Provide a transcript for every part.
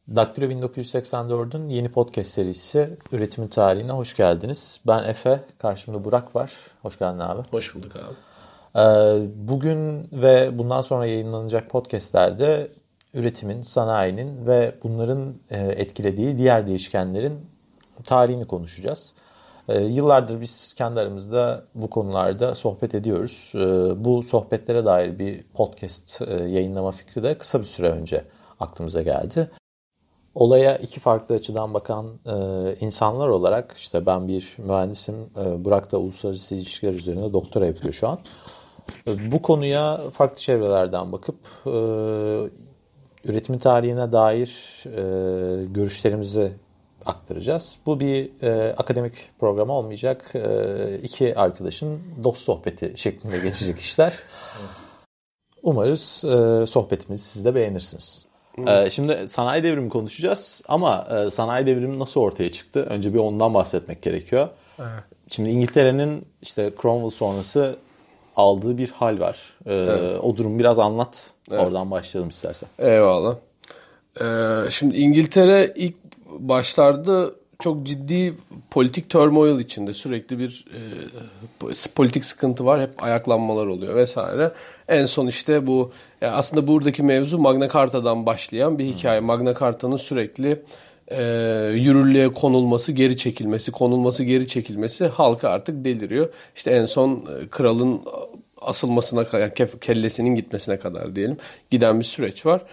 Daktilo 1984'ün yeni podcast serisi Üretimin Tarihine hoş geldiniz. Ben Efe, karşımda Burak var. Hoş geldin abi. Hoş bulduk abi. Bugün ve bundan sonra yayınlanacak podcastlerde üretimin, sanayinin ve bunların etkilediği diğer değişkenlerin tarihini konuşacağız. Yıllardır biz kendi aramızda bu konularda sohbet ediyoruz. Bu sohbetlere dair bir podcast yayınlama fikri de kısa bir süre önce aklımıza geldi. Olaya iki farklı açıdan bakan insanlar olarak işte ben bir mühendisim, Burak da uluslararası ilişkiler üzerine doktora yapıyor şu an. Bu konuya farklı çevrelerden bakıp üretimin tarihine dair görüşlerimizi aktaracağız. Bu bir akademik program olmayacak. İki arkadaşın dost sohbeti şeklinde geçecek işler. Umarız sohbetimizi siz de beğenirsiniz. Şimdi sanayi devrimi konuşacağız ama sanayi devrimi nasıl ortaya çıktı? Önce bir ondan bahsetmek gerekiyor. Evet. Şimdi İngiltere'nin işte Cromwell sonrası aldığı bir hal var. Evet. O durumu biraz anlat. Evet. Oradan başlayalım istersen. Eyvallah. Şimdi İngiltere ilk başlarda çok ciddi politik turmoil içinde, sürekli bir politik sıkıntı var. Hep ayaklanmalar oluyor vesaire. En son işte bu aslında buradaki mevzu Magna Carta'dan başlayan bir hikaye. Magna Carta'nın sürekli yürürlüğe konulması, geri çekilmesi halka artık deliriyor. İşte en son kralın asılmasına kadar, kellesinin gitmesine kadar diyelim giden bir süreç var.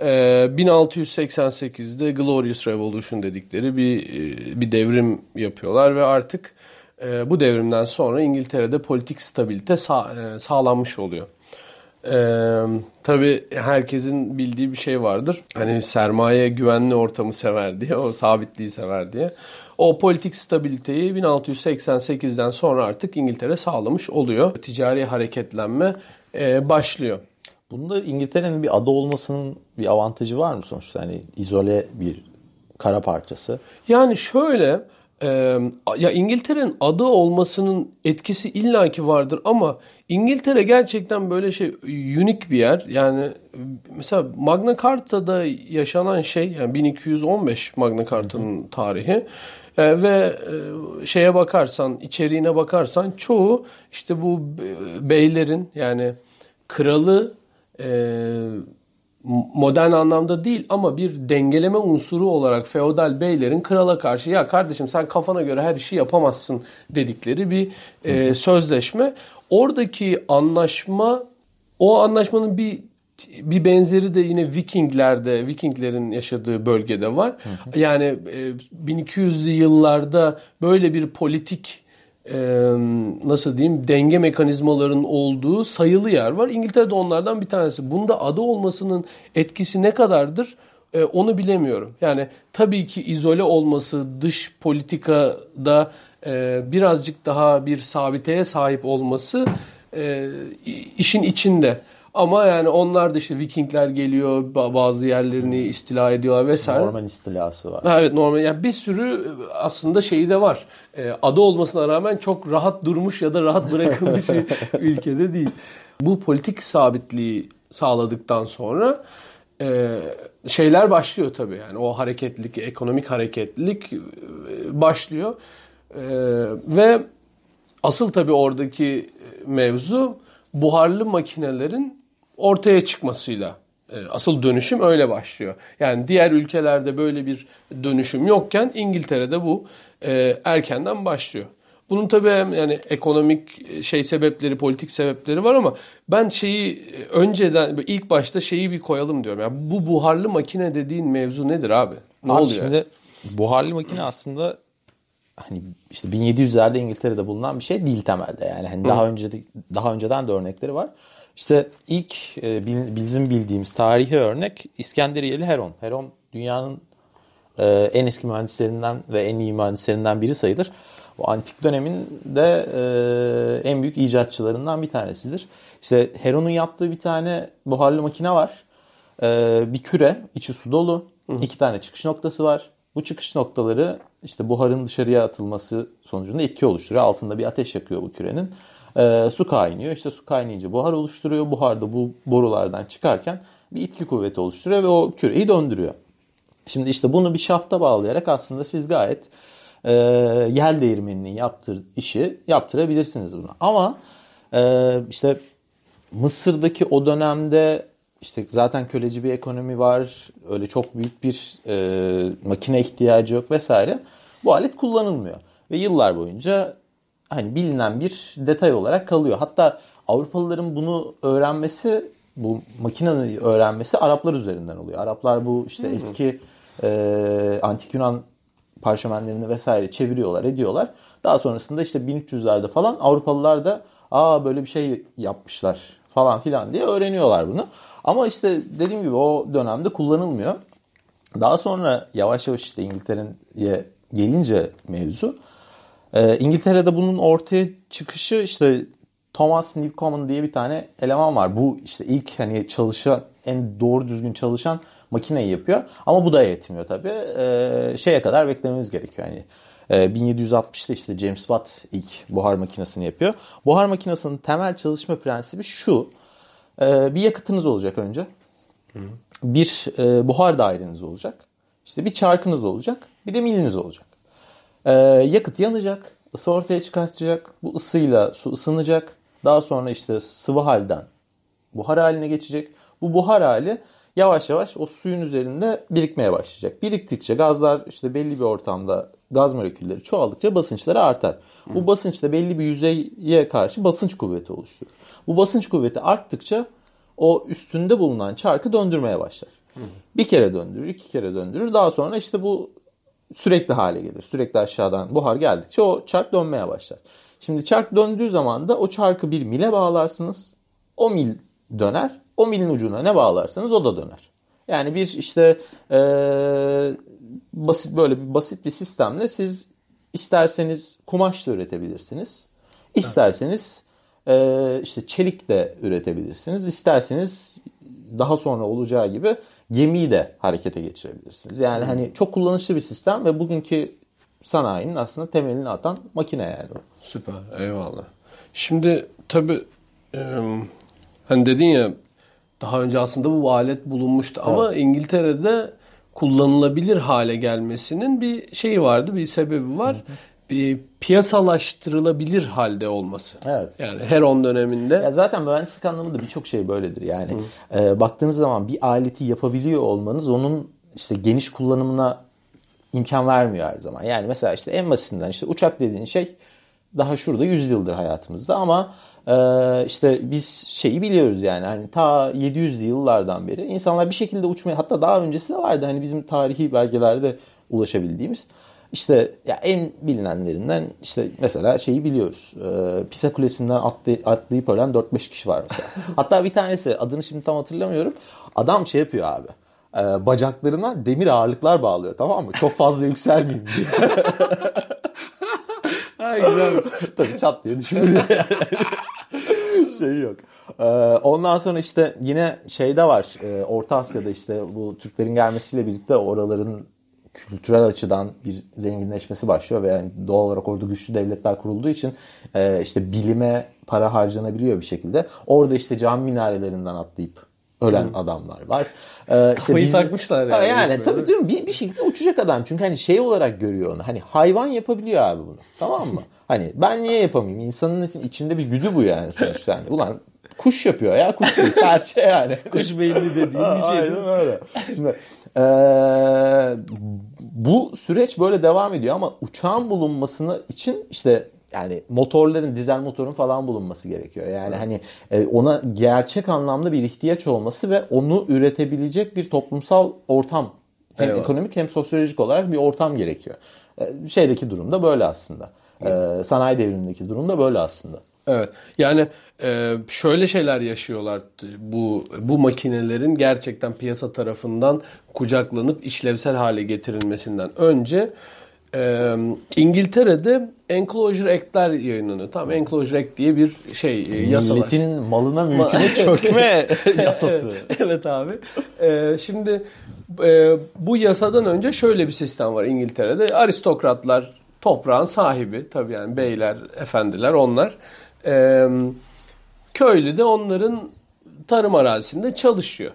1688'de Glorious Revolution dedikleri bir devrim yapıyorlar ve artık bu devrimden sonra İngiltere'de politik stabilite sağlanmış oluyor. Tabii herkesin bildiği bir şey vardır. Hani sermaye güvenli ortamı sever diye, o sabitliği sever diye. O politik stabiliteyi 1688'den sonra artık İngiltere sağlamış oluyor. Ticari hareketlenme başlıyor. Bunda İngiltere'nin bir ada olmasının bir avantajı var mı sonuçta? Yani izole bir kara parçası. Yani şöyle, ya İngiltere'nin ada olmasının etkisi illaki vardır ama İngiltere gerçekten böyle unik bir yer. Yani mesela Magna Carta'da yaşanan şey, yani 1215 Magna Carta'nın tarihi. Ve şeye bakarsan, içeriğine bakarsan çoğu işte bu beylerin, yani kralı modern anlamda değil ama bir dengeleme unsuru olarak feodal beylerin krala karşı, ya kardeşim sen kafana göre her işi yapamazsın dedikleri bir sözleşme. Oradaki anlaşma, o anlaşmanın bir benzeri de yine Vikinglerin yaşadığı bölgede var. Yani 1200'lü yıllarda böyle bir politik nasıl diyeyim, denge mekanizmalarının olduğu sayılı yer var. İngiltere'de onlardan bir tanesi. Bunda ada olmasının etkisi ne kadardır onu bilemiyorum. Yani tabii ki izole olması, dış politikada birazcık daha bir sabiteye sahip olması işin içinde. Ama yani onlar da işte Vikingler geliyor, bazı yerlerini istila ediyorlar vesaire. Norman istilası var. Evet, Norman. Yani bir sürü aslında şeyi de var. Ada olmasına rağmen çok rahat durmuş ya da rahat bırakılmış bir ülkede değil. Bu politik sabitliği sağladıktan sonra şeyler başlıyor tabii. Yani o hareketlilik, ekonomik hareketlilik başlıyor. Ve asıl tabii oradaki mevzu buharlı makinelerin ortaya çıkmasıyla, asıl dönüşüm öyle başlıyor. Yani diğer ülkelerde böyle bir dönüşüm yokken İngiltere'de bu erkenden başlıyor. Bunun tabii yani ekonomik sebepleri, politik sebepleri var ama ben önceden, ilk başta bir koyalım diyorum. Yani bu buharlı makine dediğin mevzu nedir abi? Ne abi oluyor? Şimdi buharlı makine aslında hani işte 1700'lerde İngiltere'de bulunan bir şey değil temelde. Yani hani daha önceden de örnekleri var. İşte ilk bizim bildiğimiz tarihi örnek İskenderiyeli Heron. Heron dünyanın en eski mühendislerinden ve en iyi mühendislerinden biri sayılır. O antik dönemin de en büyük icatçılarından bir tanesidir. İşte Heron'un yaptığı bir tane buharlı makine var. Bir küre, içi su dolu. 2 tane çıkış noktası var. Bu çıkış noktaları işte buharın dışarıya atılması sonucunda etki oluşturuyor. Altında bir ateş yakıyor bu kürenin. Su kaynıyor. İşte su kaynayınca buhar oluşturuyor. Buhar da bu borulardan çıkarken bir itki kuvveti oluşturuyor ve o küreyi döndürüyor. Şimdi işte bunu bir şafta bağlayarak aslında siz gayet yel değirmeninin yaptığı işi yaptırabilirsiniz bunu. Ama işte Mısır'daki o dönemde işte zaten köleci bir ekonomi var. Öyle çok büyük bir makine ihtiyacı yok vesaire. Bu alet kullanılmıyor. Ve yıllar boyunca hani bilinen bir detay olarak kalıyor. Hatta Avrupalıların bunu öğrenmesi, bu makineyi öğrenmesi Araplar üzerinden oluyor. Araplar bu işte eski antik Yunan parşömenlerini vesaire çeviriyorlar, ediyorlar. Daha sonrasında işte 1300'lerde falan Avrupalılar da böyle bir şey yapmışlar falan filan diye öğreniyorlar bunu. Ama işte dediğim gibi o dönemde kullanılmıyor. Daha sonra yavaş yavaş işte İngiltere'ye gelince mevzu, İngiltere'de bunun ortaya çıkışı işte Thomas Newcomen diye bir tane eleman var. Bu işte ilk hani çalışan, en doğru düzgün çalışan makineyi yapıyor. Ama bu da yetmiyor tabii. Şeye kadar beklememiz gerekiyor. Yani 1760'ta işte James Watt ilk buhar makinesini yapıyor. Buhar makinesinin temel çalışma prensibi şu. Bir yakıtınız olacak önce. Bir buhar daireniz olacak. İşte bir çarkınız olacak. Bir de miliniz olacak. Yakıt yanacak. Isı ortaya çıkartacak. Bu ısıyla su ısınacak. Daha sonra işte sıvı halden buhar haline geçecek. Bu buhar hali yavaş yavaş o suyun üzerinde birikmeye başlayacak. Biriktikçe gazlar işte belli bir ortamda gaz molekülleri çoğaldıkça basınçları artar. Bu basınç da belli bir yüzeye karşı basınç kuvveti oluşturur. Bu basınç kuvveti arttıkça o üstünde bulunan çarkı döndürmeye başlar. Bir kere döndürür, iki kere döndürür. Daha sonra işte bu sürekli hale gelir. Sürekli aşağıdan buhar geldikçe o çark dönmeye başlar. Şimdi çark döndüğü zaman da o çarkı bir mile bağlarsınız. O mil döner. O milin ucuna ne bağlarsanız o da döner. Yani bir işte basit bir sistemle siz isterseniz kumaş da üretebilirsiniz. İsterseniz işte çelik de üretebilirsiniz. İsterseniz daha sonra olacağı gibi gemiyi de harekete geçirebilirsiniz. Yani hani çok kullanışlı bir sistem ve bugünkü sanayinin aslında temelini atan makine yani. Süper, eyvallah. Şimdi tabii hani dedin ya daha önce aslında bu alet bulunmuştu ama İngiltere'de kullanılabilir hale gelmesinin bir şeyi vardı, bir sebebi var. Bir piyasalaştırılabilir halde olması. Evet. Yani Heron döneminde. Ya zaten mühendislik anlamında birçok şey böyledir. Yani baktığınız zaman bir aleti yapabiliyor olmanız onun işte geniş kullanımına imkan vermiyor her zaman. Yani mesela işte en basitinden işte uçak dediğin şey daha şurada 100 yıldır hayatımızda ama işte biz şeyi biliyoruz yani hani ta 700'lü yıllardan beri insanlar bir şekilde uçmaya, hatta daha öncesi de vardı hani bizim tarihi belgelerde ulaşabildiğimiz. İşte ya en bilinenlerinden işte mesela şeyi biliyoruz. Pisa Kulesi'nden atlayıp ölen 4-5 kişi var mesela. Hatta bir tanesi, adını şimdi tam hatırlamıyorum. Adam şey yapıyor abi. Bacaklarına demir ağırlıklar bağlıyor, tamam mı? Çok fazla yükselmeyeyim diye. Güzel. Tabii çat diye düşürüyor yani. Şey yok. Ondan sonra işte yine şeyde var. Orta Asya'da işte bu Türklerin gelmesiyle birlikte oraların kültürel açıdan bir zenginleşmesi başlıyor ve yani doğal olarak orada güçlü devletler kurulduğu için işte bilime para harcanabiliyor bir şekilde. Orada işte cami minarelerinden atlayıp ölen adamlar var. Kafayı takmışlar yani. Yani tabii diyorum bir şekilde uçacak adam. Çünkü hani şey olarak görüyor onu. Hani hayvan yapabiliyor abi bunu. Tamam mı? Hani ben niye yapamayayım? İnsanın içinde bir güdü bu yani sonuçta. Yani, ulan kuş yapıyor ya. Kuş değil. Serçe yani. Kuş beyinli dediğin bir şey. Aynen öyle. Şimdi bu süreç böyle devam ediyor ama uçağın bulunmasını için işte yani motorların, dizel motorun falan bulunması gerekiyor. Yani hani ona gerçek anlamda bir ihtiyaç olması ve onu üretebilecek bir toplumsal ortam, hem ekonomik hem sosyolojik olarak bir ortam gerekiyor. Şeydeki durum da böyle aslında. Sanayi devrimindeki durum da böyle aslında. Evet. Yani şöyle şeyler yaşıyorlar. Bu makinelerin gerçekten piyasa tarafından kucaklanıp işlevsel hale getirilmesinden önce İngiltere'de Enclosure Act'ler yayınlanıyor. Tamam, Enclosure Act diye bir yasa var. Milletin malına mülküne çökme yasası. Evet abi. Şimdi bu yasadan önce şöyle bir sistem var İngiltere'de. Aristokratlar toprağın sahibi. Tabii yani beyler, efendiler onlar. Köylü de onların tarım arazisinde çalışıyor.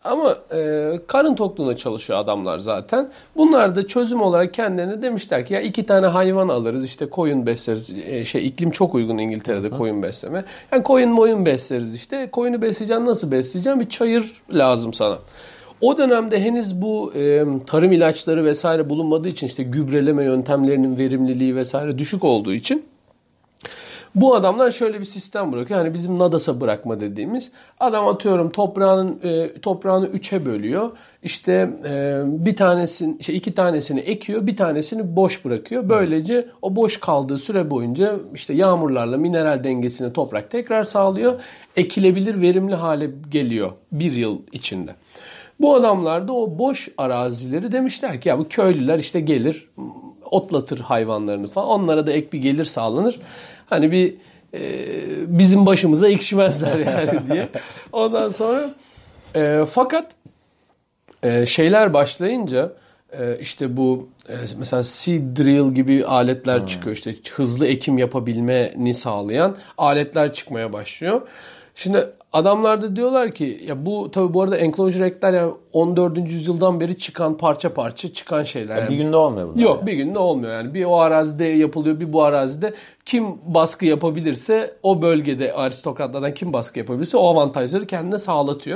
Ama karın tokluğuna çalışıyor adamlar zaten. Bunlar da çözüm olarak kendilerine demişler ki ya 2 tane hayvan alırız, işte koyun besleriz. İklim çok uygun İngiltere'de koyun besleme. Yani koyun besleriz işte. Koyunu besleyeceksin, nasıl besleyeceksin? Bir çayır lazım sana. O dönemde henüz bu tarım ilaçları vesaire bulunmadığı için, işte gübreleme yöntemlerinin verimliliği vesaire düşük olduğu için bu adamlar şöyle bir sistem bırakıyor. Hani bizim nadasa bırakma dediğimiz. Adam atıyorum toprağını 3'e bölüyor. İşte iki tanesini ekiyor, bir tanesini boş bırakıyor. Böylece o boş kaldığı süre boyunca işte yağmurlarla mineral dengesini toprak tekrar sağlıyor. Ekilebilir, verimli hale geliyor bir yıl içinde. Bu adamlar da o boş arazileri demişler ki ya bu köylüler işte gelir otlatır hayvanlarını falan. Onlara da ek bir gelir sağlanır. Hani bizim başımıza ekşimezler yani diye. Ondan sonra fakat şeyler başlayınca işte bu mesela seed drill gibi aletler çıkıyor. İşte hızlı ekim yapabilmeni sağlayan aletler çıkmaya başlıyor. Şimdi adamlar da diyorlar ki ya bu tabii bu arada enclosure act'ler yani 14. yüzyıldan beri çıkan parça parça çıkan şeyler. Yani bir günde olmuyor bunlar. Yok, bir günde olmuyor yani. Bir o arazide yapılıyor, bir bu arazide. Kim baskı yapabilirse, o bölgede aristokratlardan kim baskı yapabilirse o avantajları kendine sağlatıyor.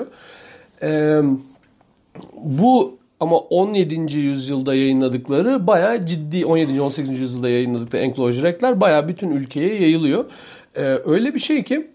Bu ama 17. yüzyılda yayınladıkları bayağı ciddi, 17. 18. yüzyılda yayınladıkları enclosure act'ler bayağı bütün ülkeye yayılıyor. Öyle bir şey ki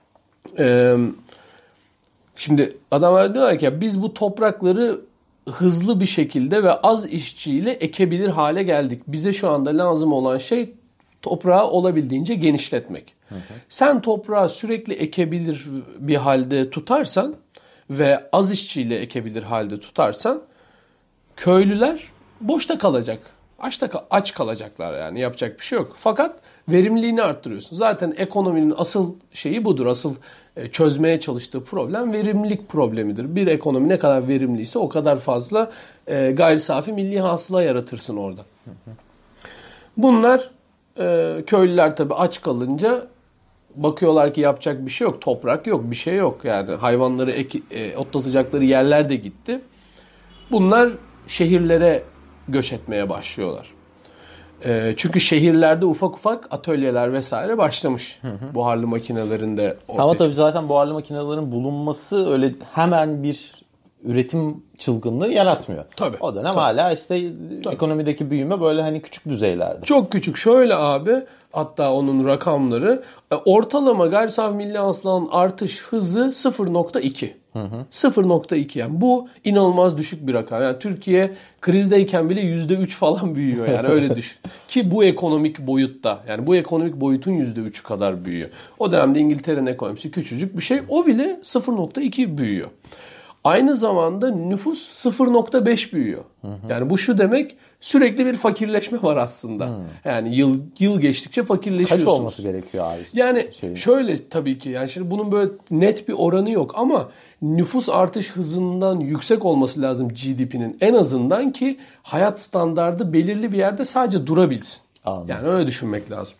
şimdi adamlar diyorlar ki biz bu toprakları hızlı bir şekilde ve az işçiyle ekebilir hale geldik. Bize şu anda lazım olan şey toprağı olabildiğince genişletmek. Sen toprağı sürekli ekebilir bir halde tutarsan ve az işçiyle ekebilir halde tutarsan köylüler boşta kalacak. Aç kalacaklar yani, yapacak bir şey yok. Fakat verimliliğini arttırıyorsun. Zaten ekonominin asıl şeyi budur. Asıl çözmeye çalıştığı problem verimlilik problemidir. Bir ekonomi ne kadar verimliyse o kadar fazla gayri safi milli hasıla yaratırsın orada. Bunlar köylüler tabii aç kalınca bakıyorlar ki yapacak bir şey yok. Toprak yok, bir şey yok. Yani hayvanları otlatacakları yerler de gitti. Bunlar şehirlere göç etmeye başlıyorlar. Çünkü şehirlerde ufak ufak atölyeler vesaire başlamış. Buharlı makinelerinde. Ama tabii zaten buharlı makinelerin bulunması öyle hemen bir üretim çılgınlığı yaratmıyor. Tabii. O dönem hala işte ekonomideki büyüme böyle hani küçük düzeylerde. Çok küçük. Şöyle abi, hatta onun rakamları ortalama gayri safi milli hasılanın artış hızı 0.2. 0.2 yani bu inanılmaz düşük bir rakam. Yani Türkiye krizdeyken bile %3 falan büyüyor yani, öyle düşün. Ki bu ekonomik boyutta, yani bu ekonomik boyutun %3'ü kadar büyüyor. O dönemde İngiltere'nin ekonomisi küçücük bir şey, o bile 0.2 büyüyor. Aynı zamanda nüfus 0.5 büyüyor. Yani bu şu demek, sürekli bir fakirleşme var aslında. Yani yıl geçtikçe fakirleşiyorsunuz. Kaç olması gerekiyor abi? Yani şöyle tabii ki, yani şimdi bunun böyle net bir oranı yok ama nüfus artış hızından yüksek olması lazım GDP'nin, en azından ki hayat standardı belirli bir yerde sadece durabilsin. Anladım. Yani öyle düşünmek lazım.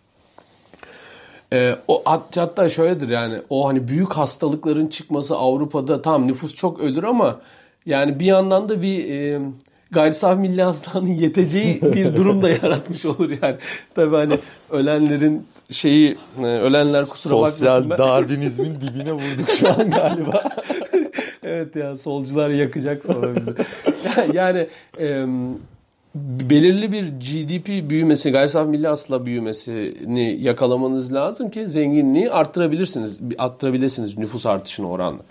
Hatta şöyledir yani, o hani büyük hastalıkların çıkması Avrupa'da, tamam nüfus çok ölür ama yani bir yandan da bir gayri safi milli hasılanın yeteceği bir durum da yaratmış olur yani. Tabii hani ölenler kusura bakmasın. Sosyal Darwinizmin dibine vurduk şu an galiba. Evet ya, solcular yakacak sonra bizi. Yani belirli bir GDP büyümesi, gayri safi milli hasıla büyümesini yakalamanız lazım ki zenginliği arttırabilirsiniz nüfus artışına oranla.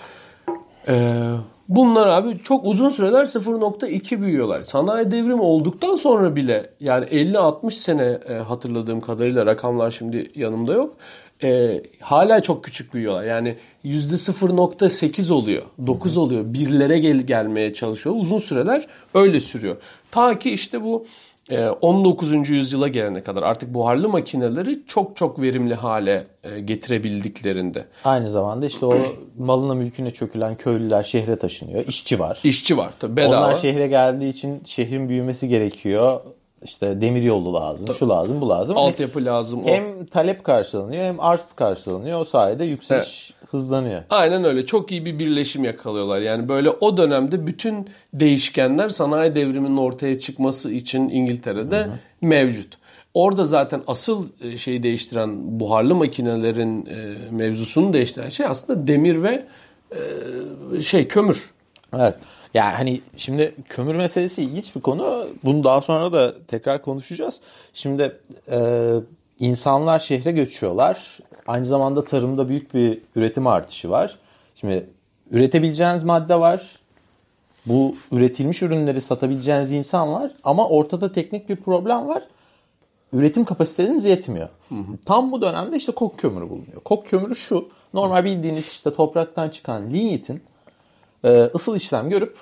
Bunlar abi çok uzun süreler 0.2 büyüyorlar. Sanayi devrimi olduktan sonra bile, yani 50-60 sene hatırladığım kadarıyla, rakamlar şimdi yanımda yok. Hala çok küçük büyüyorlar. Yani %0.8 oluyor, 9 oluyor, birlere gelmeye çalışıyor. Uzun süreler öyle sürüyor. Ta ki işte bu 19. yüzyıla gelene kadar artık buharlı makineleri çok çok verimli hale getirebildiklerinde. Aynı zamanda işte o malına mülküne çökülen köylüler şehre taşınıyor. İşçi var. İşçi var tabii, bedava. Onlar şehre geldiği için şehrin büyümesi gerekiyor. İşte demir yolu lazım, şu lazım, bu lazım. Altyapı lazım. Hem talep karşılanıyor hem arz karşılanıyor. O sayede yükseliş hızlanıyor. Aynen öyle. Çok iyi bir birleşim yakalıyorlar. Yani böyle o dönemde bütün değişkenler sanayi devriminin ortaya çıkması için İngiltere'de mevcut. Orada zaten asıl şeyi değiştiren, buharlı makinelerin mevzusunu değiştiren şey aslında demir ve kömür. Evet. Yani hani şimdi kömür meselesi ilginç bir konu. Bunu daha sonra da tekrar konuşacağız. Şimdi insanlar şehre göçüyorlar. Aynı zamanda tarımda büyük bir üretim artışı var. Şimdi üretebileceğiniz madde var. Bu üretilmiş ürünleri satabileceğiniz insan var. Ama ortada teknik bir problem var. Üretim kapasiteniz yetmiyor. Tam bu dönemde işte kok kömürü bulunuyor. Kok kömürü şu. Normal bildiğiniz işte topraktan çıkan lignitin ısıl işlem görüp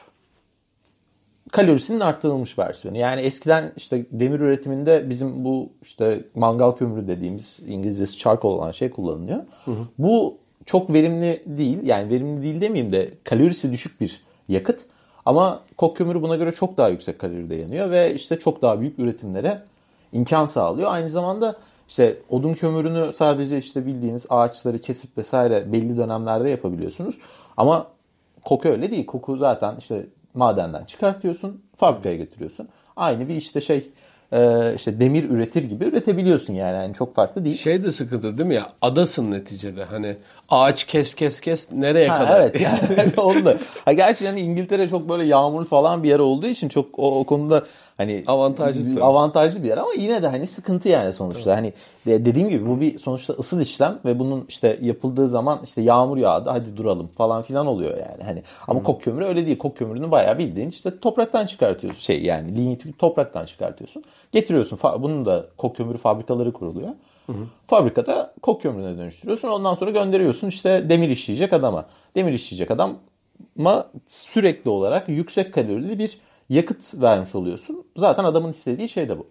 kalorisinin arttırılmış versiyonu. Yani eskiden işte demir üretiminde bizim bu işte mangal kömürü dediğimiz İngilizcesi charcoal olan şey kullanılıyor. Bu çok verimli değil. Yani verimli değil demeyeyim de kalorisi düşük bir yakıt. Ama kok kömürü buna göre çok daha yüksek kaloride yanıyor ve işte çok daha büyük üretimlere imkan sağlıyor. Aynı zamanda işte odun kömürünü sadece işte bildiğiniz ağaçları kesip vesaire belli dönemlerde yapabiliyorsunuz. Ama koku öyle değil. Koku zaten işte madenden çıkartıyorsun, fabrikaya getiriyorsun. Aynı bir işte işte demir üretir gibi üretebiliyorsun yani çok farklı değil. Şey de sıkıntı değil mi ya? Adasın neticede. Hani ağaç kes nereye kadar? Evet yani onu da. Gerçi yani İngiltere çok böyle yağmur falan bir yer olduğu için çok o konuda hani avantajlı bir yer ama yine de hani sıkıntı yani sonuçta. Evet. Hani dediğim gibi bu bir sonuçta ısıl işlem ve bunun işte yapıldığı zaman işte yağmur yağdı hadi duralım falan filan oluyor yani. Hani ama kok kömürü öyle değil. Kok kömürünü bayağı bildiğin işte topraktan çıkartıyorsun. Yani ligniti topraktan çıkartıyorsun. Getiriyorsun. Bunun da kok kömürü fabrikaları kuruluyor. Fabrikada kok kömürüne dönüştürüyorsun. Ondan sonra gönderiyorsun işte demir işleyecek adama. Demir işleyecek adama sürekli olarak yüksek kalorili bir yakıt vermiş oluyorsun. Zaten adamın istediği şey de bu.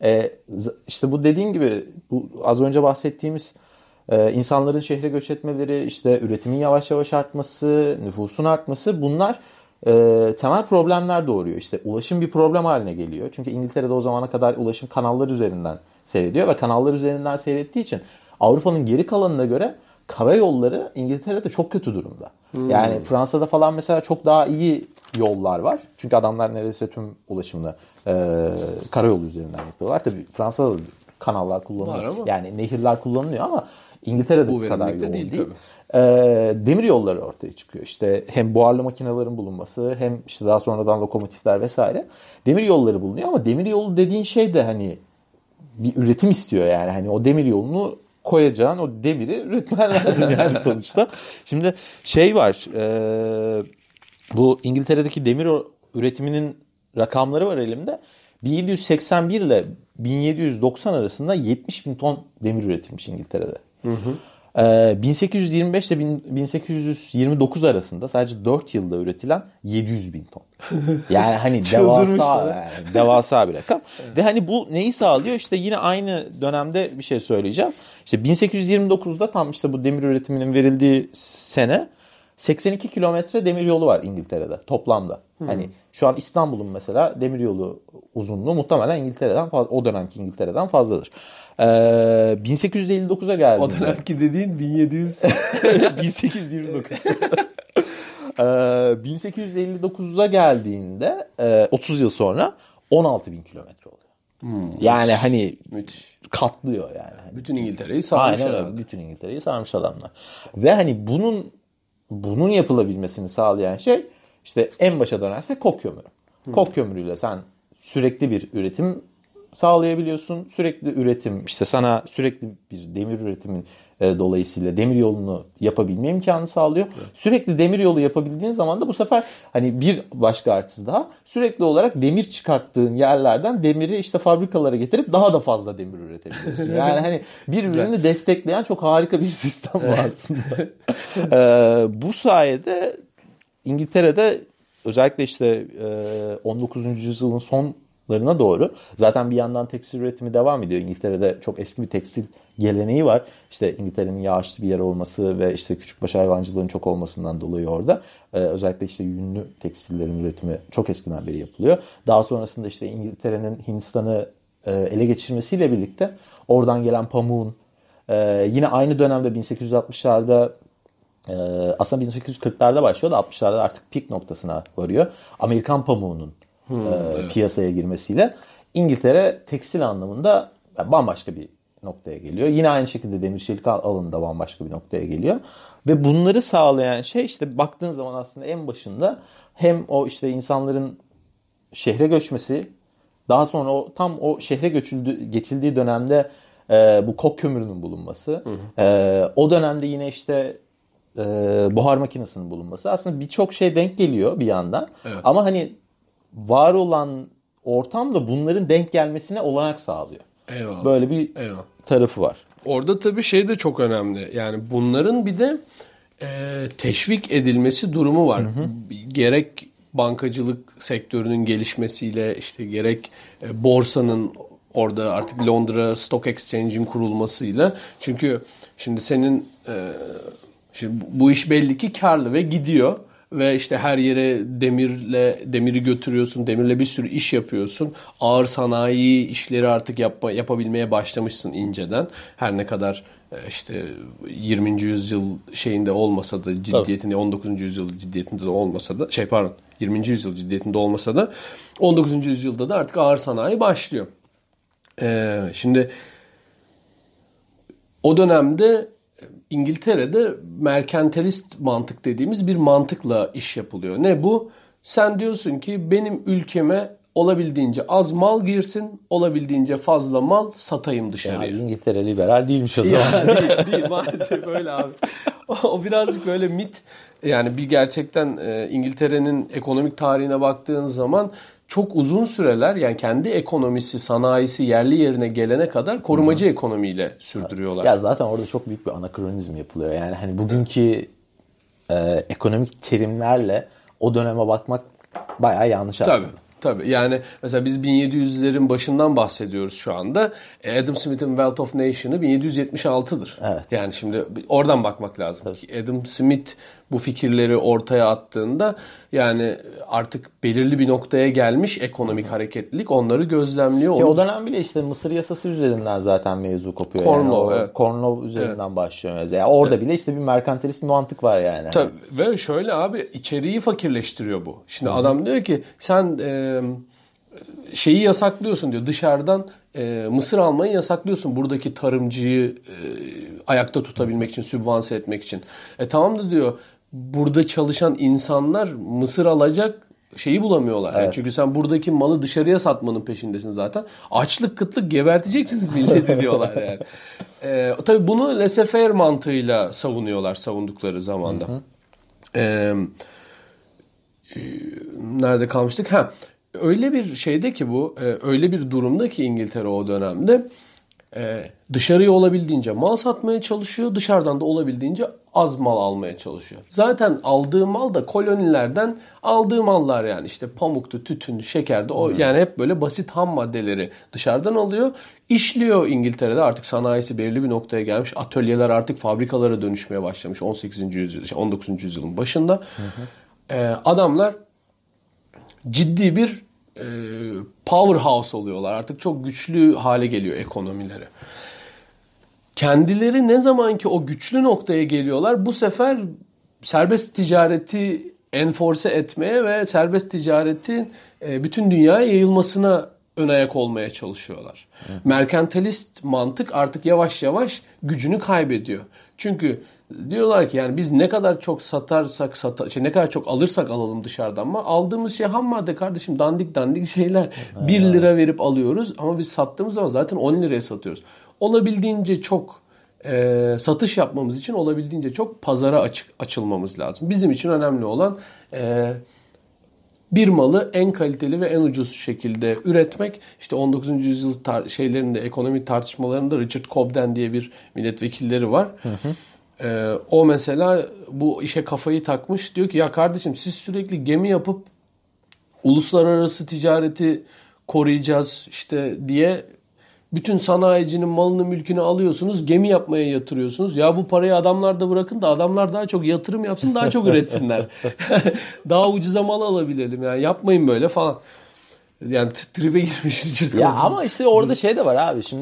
İşte bu dediğin gibi bu az önce bahsettiğimiz insanların şehre göç etmeleri, işte üretimin yavaş yavaş artması, nüfusun artması bunlar temel problemler doğuruyor. İşte ulaşım bir problem haline geliyor. Çünkü İngiltere'de o zamana kadar ulaşım kanallar üzerinden seyrediyor ve kanallar üzerinden seyrettiği için Avrupa'nın geri kalanına göre karayolları İngiltere'de çok kötü durumda. Yani Fransa'da falan mesela çok daha iyi yollar var. Çünkü adamlar neredeyse tüm ulaşımını karayolu üzerinden yapıyorlar. Tabii Fransa'da kanallar kullanılıyor. Yani nehirler kullanılıyor ama İngiltere'de bu kadar yoğun değil. Demir yolları ortaya çıkıyor. İşte hem buharlı makinelerin bulunması hem işte daha sonradan lokomotifler vesaire. Demir yolları bulunuyor ama demir yolu dediğin şey de hani bir üretim istiyor yani. Hani o demir yolunu koyacağın o demiri üretmen lazım yani sonuçta. Şimdi var bu İngiltere'deki demir üretiminin rakamları var elimde. 1781 ile 1790 arasında 70 bin ton demir üretilmiş İngiltere'de. 1825 ile 1829 arasında sadece 4 yılda üretilen 700 bin ton. Yani hani devasa bir rakam. Evet. Ve hani bu neyi sağlıyor? İşte yine aynı dönemde bir şey söyleyeceğim. İşte 1829'da tam işte bu demir üretiminin verildiği sene 82 kilometre demir yolu var İngiltere'de toplamda. Hani şu an İstanbul'un mesela demir yolu uzunluğu muhtemelen İngiltere'den fazla, o dönemki İngiltere'den fazladır. 1859'a geldiğinde. O dönemki dediğin 1700. 1829. 1859'a geldiğinde 30 yıl sonra 16 bin kilometre oluyor. Yani hani müthiş. Katlıyor yani. Bütün İngiltere'yi sarmış adamlar. Bütün İngiltere'yi sarmış adamlar. Ve hani bunun yapılabilmesini sağlayan şey işte en başa dönersek kok kömürü. Kok kömürüyle sen sürekli bir üretim sağlayabiliyorsun. Sürekli üretim işte sana sürekli bir demir üretimin dolayısıyla demir yolunu yapabilme imkanı sağlıyor. Evet. Sürekli demir yolu yapabildiğin zaman da bu sefer hani bir başka artısı daha sürekli olarak demir çıkarttığın yerlerden demiri işte fabrikalara getirip daha da fazla demir üretebiliyorsun. Yani hani birbirini destekleyen çok harika bir sistem bu aslında. Bu sayede İngiltere'de özellikle işte 19. yüzyılın sonlarına doğru zaten bir yandan tekstil üretimi devam ediyor. İngiltere'de çok eski bir tekstil geleneği var. İşte İngiltere'nin yağışlı bir yer olması ve işte küçükbaş hayvancılığın çok olmasından dolayı orada özellikle işte yünlü tekstillerin üretimi çok eskiden beri yapılıyor. Daha sonrasında işte İngiltere'nin Hindistan'ı ele geçirmesiyle birlikte oradan gelen pamuğun yine aynı dönemde 1860'larda Aslında 1840'larda başlıyor da 60'larda artık peak noktasına varıyor. Amerikan pamuğunun piyasaya girmesiyle İngiltere tekstil anlamında bambaşka bir noktaya geliyor. Yine aynı şekilde demir çelik alanında bambaşka bir noktaya geliyor. Ve bunları sağlayan şey işte baktığın zaman aslında en başında hem o işte insanların şehre göçmesi, daha sonra tam o şehre geçildiği dönemde bu kok kömürünün bulunması, o dönemde yine işte buhar makinesinin bulunması, aslında birçok şey denk geliyor bir yandan. Evet. Ama hani var olan ortam da bunların denk gelmesine olanak sağlıyor. Eyvallah. Böyle bir tarafı var. Orada tabii şey de çok önemli. Yani bunların bir de teşvik edilmesi durumu var. Gerek bankacılık sektörünün gelişmesiyle, işte gerek borsanın orada artık Londra Stock Exchange'in kurulmasıyla. Çünkü şimdi senin şimdi bu iş belli ki karlı ve gidiyor. Ve işte her yere demiri götürüyorsun. Demirle bir sürü iş yapıyorsun. Ağır sanayi işleri artık yapabilmeye başlamışsın inceden. Her ne kadar işte 20. yüzyıl şeyinde olmasa da ciddiyetinde, 19. yüzyıl ciddiyetinde de olmasa da 20. yüzyıl ciddiyetinde olmasa da 19. yüzyılda da artık ağır sanayi başlıyor. Şimdi o dönemde İngiltere'de merkantilist mantık dediğimiz bir mantıkla iş yapılıyor. Ne bu? Sen diyorsun ki benim ülkeme olabildiğince az mal girsin, olabildiğince fazla mal satayım dışarıya. Ya İngiltere liberal değilmiş o zaman. Ya, değil maalesef öyle abi. O birazcık böyle mit. Yani bir gerçekten İngiltere'nin ekonomik tarihine baktığın zaman çok uzun süreler, yani kendi ekonomisi, sanayisi yerli yerine gelene kadar korumacı ekonomiyle sürdürüyorlar. Ya zaten orada çok büyük bir anakronizm yapılıyor. Yani hani bugünkü ekonomik terimlerle o döneme bakmak bayağı yanlış aslında. Tabii. Yani mesela biz 1700'lerin başından bahsediyoruz şu anda. Adam Smith'in Wealth of Nation'ı 1776'dır. Evet. Yani şimdi oradan bakmak lazım. Tabii. Adam Smith bu fikirleri ortaya attığında yani artık belirli bir noktaya gelmiş ekonomik hareketlilik onları gözlemliyor. Ki o dönem bile işte Mısır yasası üzerinden zaten mevzu kopuyor. Cornlaw üzerinden başlıyor. Yani orada bile işte bir merkantilist mantık var yani. Tabii. Ve şöyle abi, içeriği fakirleştiriyor bu. Şimdi adam diyor ki sen şeyi yasaklıyorsun diyor, dışarıdan mısır almayı yasaklıyorsun buradaki tarımcıyı ayakta tutabilmek için, sübvanse etmek için. Tamam da diyor, burada çalışan insanlar mısır alacak şeyi bulamıyorlar. Evet. Yani çünkü sen buradaki malı dışarıya satmanın peşindesin zaten. Açlık kıtlık geberteceksiniz milleti diyorlar yani. Tabii bunu laissez-faire mantığıyla savunuyorlar savundukları zamanda. Nerede kalmıştık? Öyle bir şeyde ki bu, öyle bir durumda ki İngiltere o dönemde dışarıya olabildiğince mal satmaya çalışıyor, dışarıdan da olabildiğince az mal almaya çalışıyor. Zaten aldığı mal da kolonilerden aldığı mallar, yani işte pamuktu, tütün, şekerdi, yani hep böyle basit ham maddeleri dışarıdan alıyor. İşliyor İngiltere'de, artık sanayisi belirli bir noktaya gelmiş. Atölyeler artık fabrikalara dönüşmeye başlamış 18. yüzyıl, 19. yüzyılın başında. Adamlar ciddi bir powerhouse oluyorlar. Artık çok güçlü hale geliyor ekonomileri. Kendileri ne zaman ki o güçlü noktaya geliyorlar, bu sefer serbest ticareti enforce etmeye ve serbest ticaretin bütün dünyaya yayılmasına ön ayak olmaya çalışıyorlar. Merkantilist mantık artık yavaş yavaş gücünü kaybediyor. Çünkü diyorlar ki yani biz ne kadar çok satarsak ne kadar çok alırsak alalım dışarıdan, ama aldığımız şey ham madde kardeşim, dandik şeyler. 1 lira verip alıyoruz ama biz sattığımız zaman zaten 10 liraya satıyoruz. Olabildiğince çok satış yapmamız için olabildiğince çok pazara açılmamız lazım. Bizim için önemli olan bir malı en kaliteli ve en ucuz şekilde üretmek. İşte 19. yüzyıl şeylerinde, ekonomi tartışmalarında Richard Cobden diye bir milletvekilleri var. O mesela bu işe kafayı takmış. Diyor ki ya kardeşim, siz sürekli gemi yapıp uluslararası ticareti koruyacağız işte diye bütün sanayicinin malını mülkünü alıyorsunuz, gemi yapmaya yatırıyorsunuz. Ya bu parayı adamlarda bırakın da adamlar daha çok yatırım yapsın, daha çok üretsinler. Daha ucuza mal alabilelim, yani yapmayın böyle falan. Yani tribe girmiş Richard. Ya ama işte orada şey de var abi, şimdi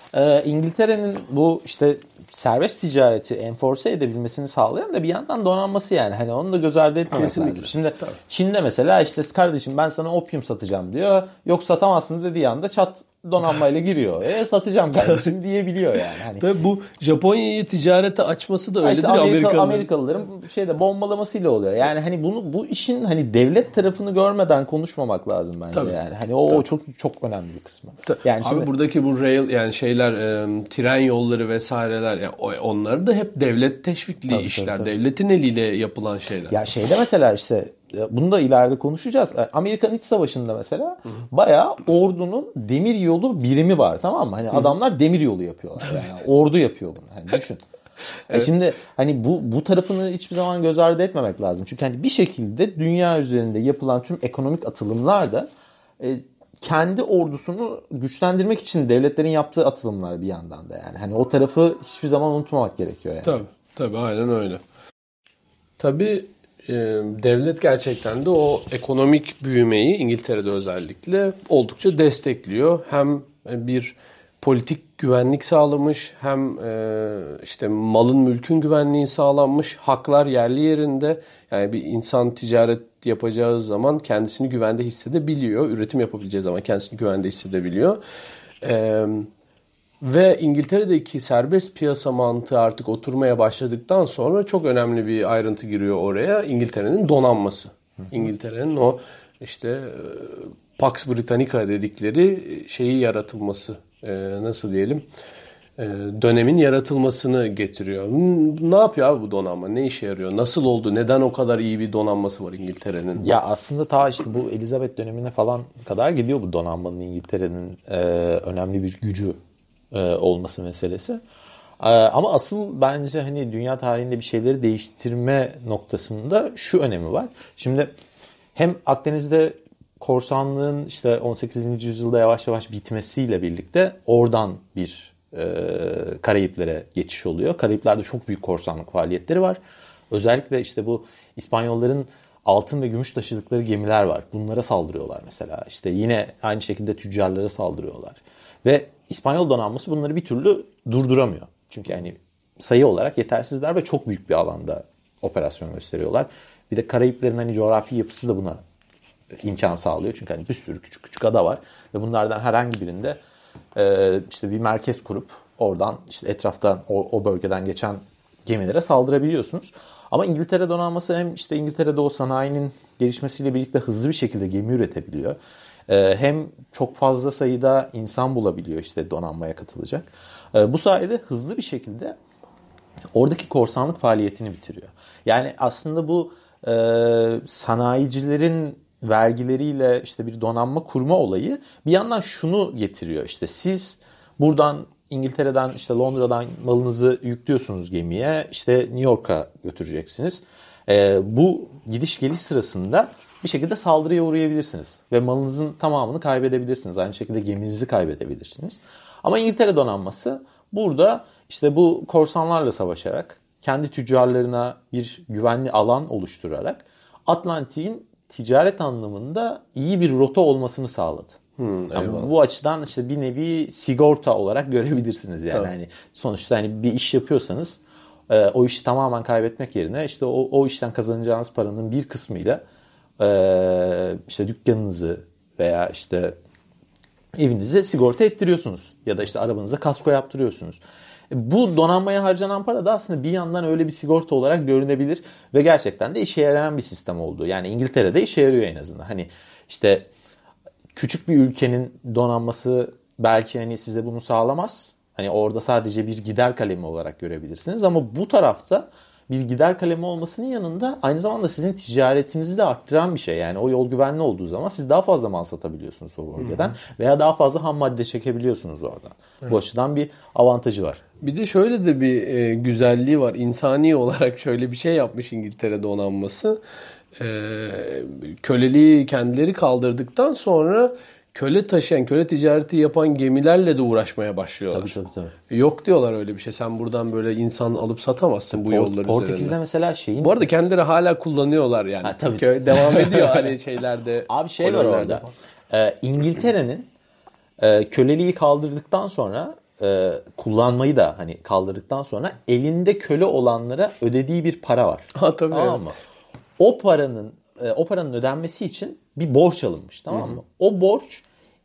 İngiltere'nin bu işte serbest ticareti enforce edebilmesini sağlayan da bir yandan donanması yani. Hani onu da göz ardı etmemek Kesinlikle. lazım. Şimdi Tabii. Çin'de mesela işte kardeşim ben sana opium satacağım diyor. Yok satamazsın dediği anda çat donanmayla giriyor. Satacağım kardeşim diyebiliyor yani. Hani Tabii bu Japonya'yı ticarete açması da öyledir işte Amerikalıların. Amerikalıların bombalamasıyla oluyor. Yani hani bu işin hani devlet tarafını görmeden konuşmamak lazım bence. Tabii. Yani. Hani o çok çok önemli bir kısmı. Yani Abi buradaki bu rail yani şeyler tren yolları vesaireler yani onları da hep devlet teşvikli işler. Tabii. Devletin eliyle yapılan şeyler. Ya şeyde mesela işte bunu da ileride konuşacağız. Amerikan İç Savaşı'nda mesela bayağı ordunun demir yolu birimi var, tamam mı? Hani adamlar demir yolu yapıyorlar. Yani ordu yapıyor bunu. Hani düşün. Evet. Şimdi hani bu tarafını hiçbir zaman göz ardı etmemek lazım. Çünkü hani bir şekilde dünya üzerinde yapılan tüm ekonomik atılımlar da kendi ordusunu güçlendirmek için devletlerin yaptığı atılımlar bir yandan da yani. Hani o tarafı hiçbir zaman unutmamak gerekiyor yani. Tabii aynen öyle. Tabii devlet gerçekten de o ekonomik büyümeyi İngiltere'de özellikle oldukça destekliyor. Hem bir politik güvenlik sağlamış, hem işte malın mülkün güvenliği sağlanmış, haklar yerli yerinde. Yani bir insan ticaret yapacağı zaman kendisini güvende hissedebiliyor, üretim yapabileceği zaman kendisini güvende hissedebiliyor. Ve İngiltere'deki serbest piyasa mantığı artık oturmaya başladıktan sonra çok önemli bir ayrıntı giriyor oraya. İngiltere'nin donanması. İngiltere'nin o işte Pax Britannica dedikleri şeyi yaratılması, nasıl diyelim, dönemin yaratılmasını getiriyor. Ne yapıyor abi bu donanma? Ne işe yarıyor? Nasıl oldu? Neden o kadar iyi bir donanması var İngiltere'nin? Ya aslında ta işte bu Elizabeth dönemine falan kadar gidiyor bu donanmanın İngiltere'nin önemli bir gücü olması meselesi. Ama asıl bence hani dünya tarihinde bir şeyleri değiştirme noktasında şu önemi var. Şimdi hem Akdeniz'de korsanlığın işte 18. yüzyılda yavaş yavaş bitmesiyle birlikte oradan bir Karayipler'e geçiş oluyor. Karayipler'de çok büyük korsanlık faaliyetleri var. Özellikle işte bu İspanyolların altın ve gümüş taşıdıkları gemiler var. Bunlara saldırıyorlar mesela. İşte yine aynı şekilde tüccarlara saldırıyorlar. Ve İspanyol donanması bunları bir türlü durduramıyor. Çünkü yani sayı olarak yetersizler ve çok büyük bir alanda operasyon gösteriyorlar. Bir de Karayiplerin hani coğrafi yapısı da buna imkan sağlıyor. Çünkü hani bir sürü küçük küçük ada var ve bunlardan herhangi birinde işte bir merkez kurup oradan işte etraftan o bölgeden geçen gemilere saldırabiliyorsunuz. Ama İngiltere donanması hem işte İngiltere'de o sanayinin gelişmesiyle birlikte hızlı bir şekilde gemi üretebiliyor. Hem çok fazla sayıda insan bulabiliyor işte donanmaya katılacak. Bu sayede hızlı bir şekilde oradaki korsanlık faaliyetini bitiriyor. Yani aslında bu sanayicilerin vergileriyle işte bir donanma kurma olayı bir yandan şunu getiriyor. İşte siz buradan İngiltere'den işte Londra'dan malınızı yüklüyorsunuz gemiye, işte New York'a götüreceksiniz. Bu gidiş geliş sırasında bir şekilde saldırıya uğrayabilirsiniz ve malınızın tamamını kaybedebilirsiniz. Aynı şekilde geminizi kaybedebilirsiniz. Ama İngiltere donanması burada işte bu korsanlarla savaşarak, kendi tüccarlarına bir güvenli alan oluşturarak Atlantik'in ticaret anlamında iyi bir rota olmasını sağladı. Yani bu açıdan işte bir nevi sigorta olarak görebilirsiniz yani. Hani sonuçta hani bir iş yapıyorsanız o işi tamamen kaybetmek yerine işte o işten kazanacağınız paranın bir kısmıyla işte dükkanınızı veya işte evinizi sigorta ettiriyorsunuz ya da işte arabanıza kasko yaptırıyorsunuz. Bu donanmaya harcanan para da aslında bir yandan öyle bir sigorta olarak görünebilir ve gerçekten de işe yarayan bir sistem oldu. Yani İngiltere'de işe yarıyor en azından. Hani işte küçük bir ülkenin donanması belki hani size bunu sağlamaz. Hani orada sadece bir gider kalemi olarak görebilirsiniz ama bu tarafta bir gider kalemi olmasının yanında aynı zamanda sizin ticaretinizi de arttıran bir şey. Yani o yol güvenli olduğu zaman siz daha fazla mal satabiliyorsunuz o bölgeden veya daha fazla ham madde çekebiliyorsunuz oradan. Bu açıdan bir avantajı var. Bir de şöyle de bir güzelliği var. İnsani olarak şöyle bir şey yapmış İngiltere donanması. Köleliği kendileri kaldırdıktan sonra köle taşıyan, köle ticareti yapan gemilerle de uğraşmaya başlıyorlar. Tabii. Yok diyorlar öyle bir şey. Sen buradan böyle insan alıp satamazsın bu yollar üzerinde. Portekiz'de mesela şeyin... Bu arada kendileri hala kullanıyorlar yani. Tabii. Devam ediyor hani şeylerde. Abi şey var orada. İngiltere'nin köleliği kaldırdıktan sonra kullanmayı da hani kaldırdıktan sonra elinde köle olanlara ödediği bir para var. Ha tabii. Tamam mı? O paranın ödenmesi için bir borç alınmış, tamam mı? O borç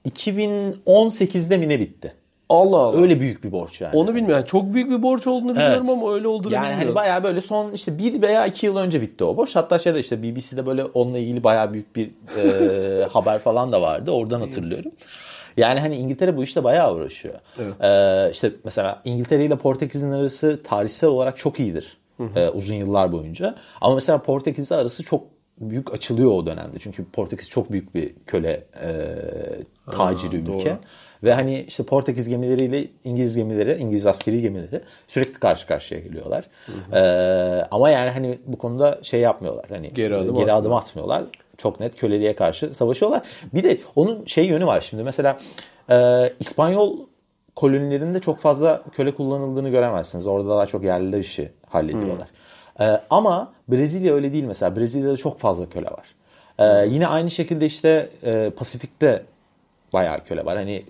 2018'de mi ne bitti? Allah Allah. Öyle büyük bir borç yani. Onu bilmiyorum. Yani çok büyük bir borç olduğunu biliyorum ama öyle olduğunu yani bilmiyorum. hani bayağı böyle son işte 1 veya 2 yıl önce bitti o borç. Hatta işte BBC'de böyle onunla ilgili bayağı büyük bir haber falan da vardı. Oradan hatırlıyorum. Yani hani İngiltere bu işte bayağı uğraşıyor. Evet. İşte mesela İngiltere ile Portekiz'in arası tarihsel olarak çok iyidir. Uzun yıllar boyunca. Ama mesela Portekiz'le arası çok büyük açılıyor o dönemde. Çünkü Portekiz çok büyük bir köle taciri ülke. Doğru. Ve hani işte Portekiz gemileriyle İngiliz askeri gemileri sürekli karşı karşıya geliyorlar. Ama yani hani bu konuda şey yapmıyorlar. Hani geri adım atmıyorlar. Çok net köleliğe karşı savaşıyorlar. Bir de onun şey yönü var şimdi. Mesela İspanyol kolonilerinde çok fazla köle kullanıldığını göremezsiniz. Orada daha çok yerliler işi hallediyorlar. Ama Brezilya öyle değil mesela. Brezilya'da çok fazla köle var. Yine aynı şekilde işte Pasifik'te bayağı köle var. Hani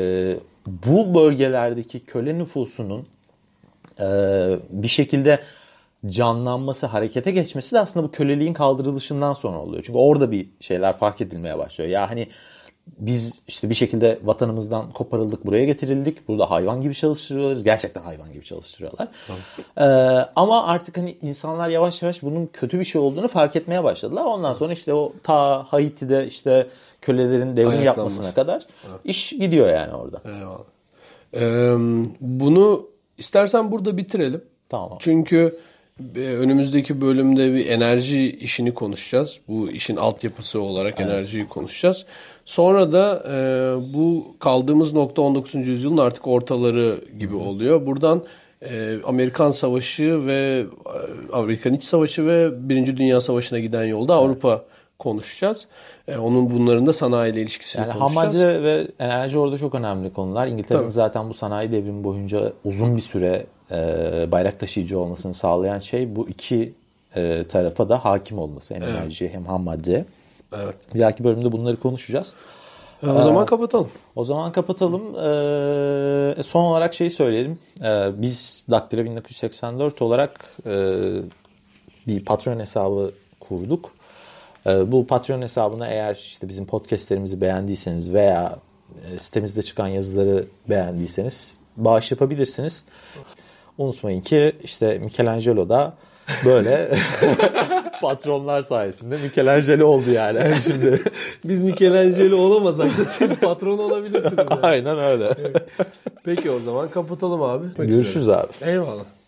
bu bölgelerdeki köle nüfusunun bir şekilde canlanması, harekete geçmesi de aslında bu köleliğin kaldırılışından sonra oluyor. Çünkü orada bir şeyler fark edilmeye başlıyor. Ya hani biz işte bir şekilde vatanımızdan koparıldık, buraya getirildik. Burada hayvan gibi çalıştırıyorlar. Gerçekten hayvan gibi çalıştırıyorlar. Ama artık hani insanlar yavaş yavaş bunun kötü bir şey olduğunu fark etmeye başladılar. Ondan sonra işte o ta Haiti'de işte kölelerin devrim yapmasına kadar iş gidiyor yani orada. Eyvallah. Bunu istersen burada bitirelim. Tamam. Çünkü önümüzdeki bölümde bir enerji işini konuşacağız. Bu işin altyapısı olarak enerjiyi konuşacağız. Sonra da bu kaldığımız nokta 19. yüzyılın artık ortaları gibi oluyor. Buradan Amerikan Savaşı ve Amerikan İç Savaşı ve Birinci Dünya Savaşı'na giden yolda Avrupa konuşacağız. Bunların da sanayiyle ilişkisini konuşacağız. Hamacı ve enerji orada çok önemli konular. İngiltere'nin zaten bu sanayi devrimi boyunca uzun bir süre bayrak taşıyıcı olmasını sağlayan şey bu iki tarafa da hakim olması. Hem enerji hem ham madde. Evet. Bir dahaki bölümde bunları konuşacağız. O zaman kapatalım. Son olarak şeyi söyleyelim. Biz Daktilo 1984 olarak bir Patreon hesabı kurduk. Bu Patreon hesabına eğer işte bizim podcastlerimizi beğendiyseniz veya sitemizde çıkan yazıları beğendiyseniz bağış yapabilirsiniz. Unutmayın ki işte Michelangelo da böyle patronlar sayesinde Michelangelo oldu yani. Şimdi biz Michelangelo olamasak da siz patron olabilirsiniz. Yani. Aynen öyle. Evet. Peki o zaman kapatalım abi. Görüşürüz abi. Eyvallah.